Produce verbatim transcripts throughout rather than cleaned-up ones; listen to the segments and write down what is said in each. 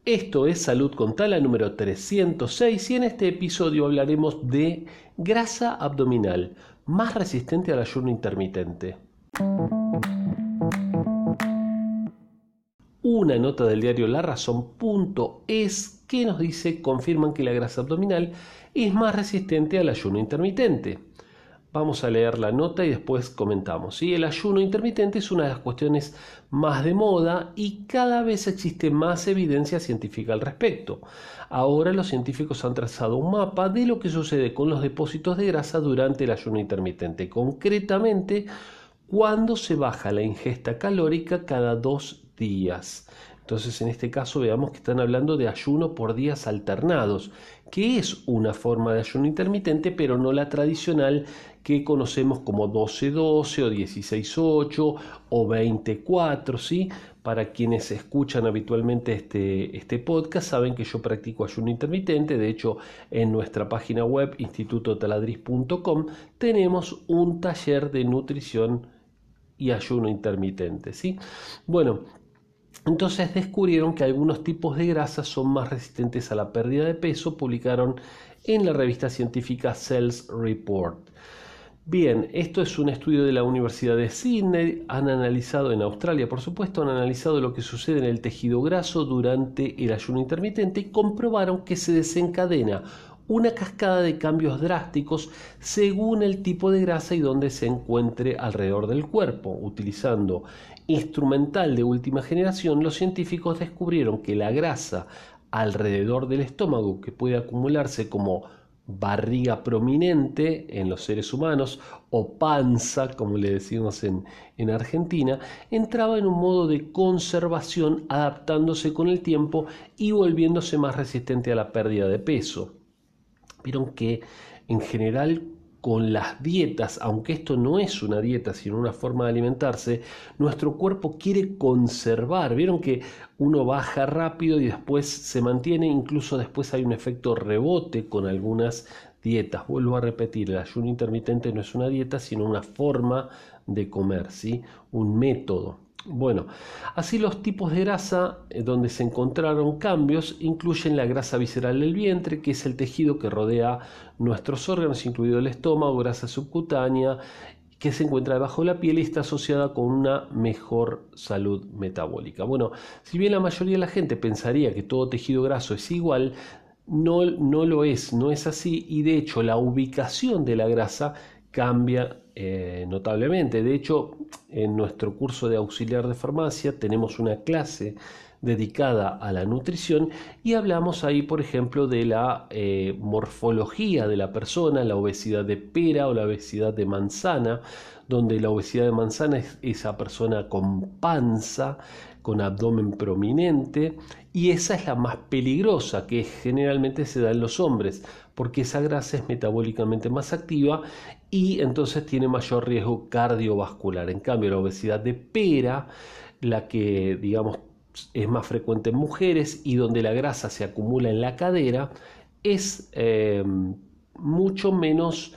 Esto es Salud con Tala número trescientos seis y en este episodio hablaremos de grasa abdominal, más resistente al ayuno intermitente. Una nota del diario La Razón punto es que nos dice, confirman que la grasa abdominal es más resistente al ayuno intermitente. Vamos a leer la nota y después comentamos. ¿sí? El ayuno intermitente es una de las cuestiones más de moda y cada vez existe más evidencia científica al respecto. Ahora los científicos han trazado un mapa de lo que sucede con los depósitos de grasa durante el ayuno intermitente. Concretamente, cuando se baja la ingesta calórica cada dos días. Entonces, en este caso, veamos que están hablando de ayuno por días alternados, que es una forma de ayuno intermitente, pero no la tradicional que conocemos como doce doce o dieciséis ocho o veinticuatro, ¿sí? Para quienes escuchan habitualmente este, este podcast, saben que yo practico ayuno intermitente. De hecho, en nuestra página web, instituto taladriz punto com, tenemos un taller de nutrición y ayuno intermitente, ¿sí? Bueno, entonces descubrieron que algunos tipos de grasas son más resistentes a la pérdida de peso, publicaron en la revista científica Cells Report. Bien, esto es un estudio de la Universidad de Sydney, han analizado en Australia, por supuesto, han analizado lo que sucede en el tejido graso durante el ayuno intermitente y comprobaron que se desencadena una cascada de cambios drásticos según el tipo de grasa y donde se encuentre alrededor del cuerpo. Utilizando instrumental de última generación, los científicos descubrieron que la grasa alrededor del estómago, que puede acumularse como barriga prominente en los seres humanos o panza, como le decimos en, en Argentina, entraba en un modo de conservación adaptándose con el tiempo y volviéndose más resistente a la pérdida de peso. Vieron que en general con las dietas, aunque esto no es una dieta sino una forma de alimentarse, nuestro cuerpo quiere conservar. Vieron que uno baja rápido y después se mantiene, incluso después hay un efecto rebote con algunas dietas. Vuelvo a repetir, el ayuno intermitente no es una dieta sino una forma de comer, ¿sí? Un método. Bueno, así los tipos de grasa eh, donde se encontraron cambios incluyen la grasa visceral del vientre, que es el tejido que rodea nuestros órganos, incluido el estómago, grasa subcutánea, que se encuentra debajo de la piel y está asociada con una mejor salud metabólica. Bueno, si bien la mayoría de la gente pensaría que todo tejido graso es igual, no, no lo es, no es así, y de hecho la ubicación de la grasa cambia eh, notablemente. De hecho, en nuestro curso de auxiliar de farmacia tenemos una clase dedicada a la nutrición y hablamos ahí, por ejemplo, de la eh, morfología de la persona, la obesidad de pera o la obesidad de manzana, donde la obesidad de manzana es esa persona con panza, con abdomen prominente, y esa es la más peligrosa, que generalmente se da en los hombres, porque esa grasa es metabólicamente más activa y entonces tiene mayor riesgo cardiovascular. En cambio, la obesidad de pera, la que digamos es más frecuente en mujeres y donde la grasa se acumula en la cadera, es eh, mucho menos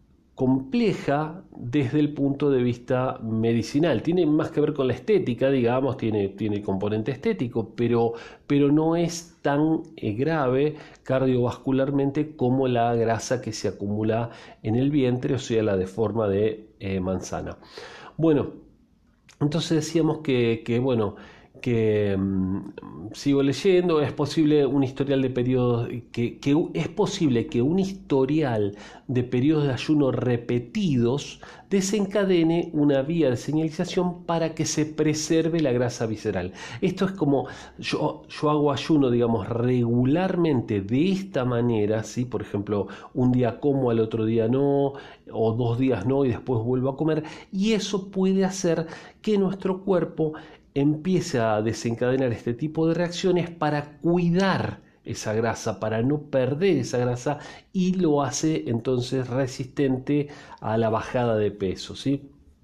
compleja desde el punto de vista medicinal. Tiene más que ver con la estética, digamos, tiene, tiene componente estético, pero, pero no es tan eh, grave cardiovascularmente como la grasa que se acumula en el vientre, o sea, la de forma de eh, manzana. Bueno, entonces decíamos que, que bueno, que um, sigo leyendo, es posible un historial de periodos, que, que es posible que un historial de periodos de ayuno repetidos desencadene una vía de señalización para que se preserve la grasa visceral. Esto es como yo, yo hago ayuno, digamos, regularmente de esta manera, ¿sí? Por ejemplo, un día como, al otro día no, o dos días no y después vuelvo a comer, y eso puede hacer que nuestro cuerpo empiece a desencadenar este tipo de reacciones para cuidar esa grasa, para no perder esa grasa, y lo hace entonces resistente a la bajada de peso, ¿sí?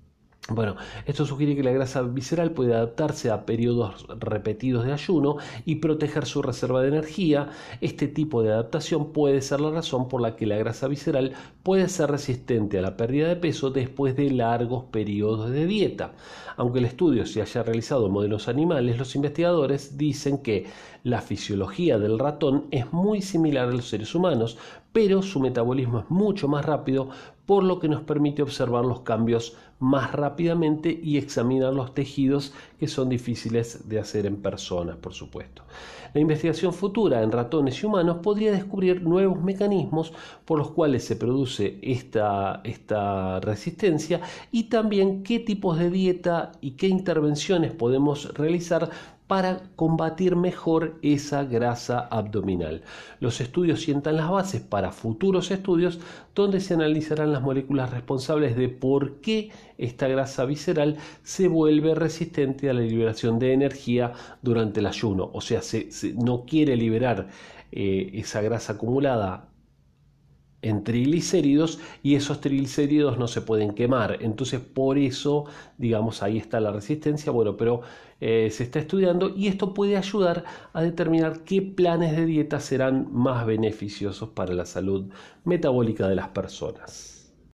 Bueno, esto sugiere que la grasa visceral puede adaptarse a periodos repetidos de ayuno y proteger su reserva de energía. Este tipo de adaptación puede ser la razón por la que la grasa visceral puede ser resistente a la pérdida de peso después de largos periodos de dieta. Aunque el estudio se haya realizado en modelos animales, los investigadores dicen que la fisiología del ratón es muy similar a los seres humanos, pero su metabolismo es mucho más rápido, por lo que nos permite observar los cambios más rápidamente y examinar los tejidos, que son difíciles de hacer en personas, por supuesto. La investigación futura en ratones y humanos podría descubrir nuevos mecanismos por los cuales se produce esta, esta resistencia, y también qué tipos de dieta y qué intervenciones podemos realizar para combatir mejor esa grasa abdominal. Los estudios sientan las bases para futuros estudios donde se analizarán las moléculas responsables de por qué esta grasa visceral se vuelve resistente a la liberación de energía durante el ayuno. O sea, se, se no quiere liberar eh, esa grasa acumulada en triglicéridos, y esos triglicéridos no se pueden quemar. Entonces, por eso, digamos, ahí está la resistencia. Bueno, pero eh, se está estudiando, y esto puede ayudar a determinar qué planes de dieta serán más beneficiosos para la salud metabólica de las personas.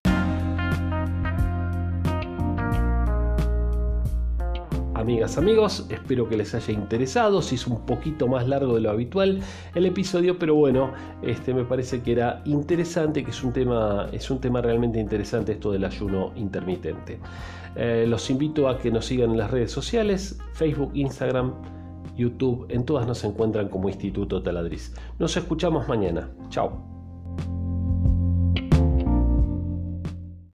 Amigas, amigos, espero que les haya interesado. Se hizo un poquito más largo de lo habitual el episodio, pero bueno, este me parece que era interesante, que es un tema, es un tema realmente interesante esto del ayuno intermitente. Eh, los invito a que nos sigan en las redes sociales, Facebook, Instagram, YouTube. En todas nos encuentran como Instituto Taladriz. Nos escuchamos mañana. Chao.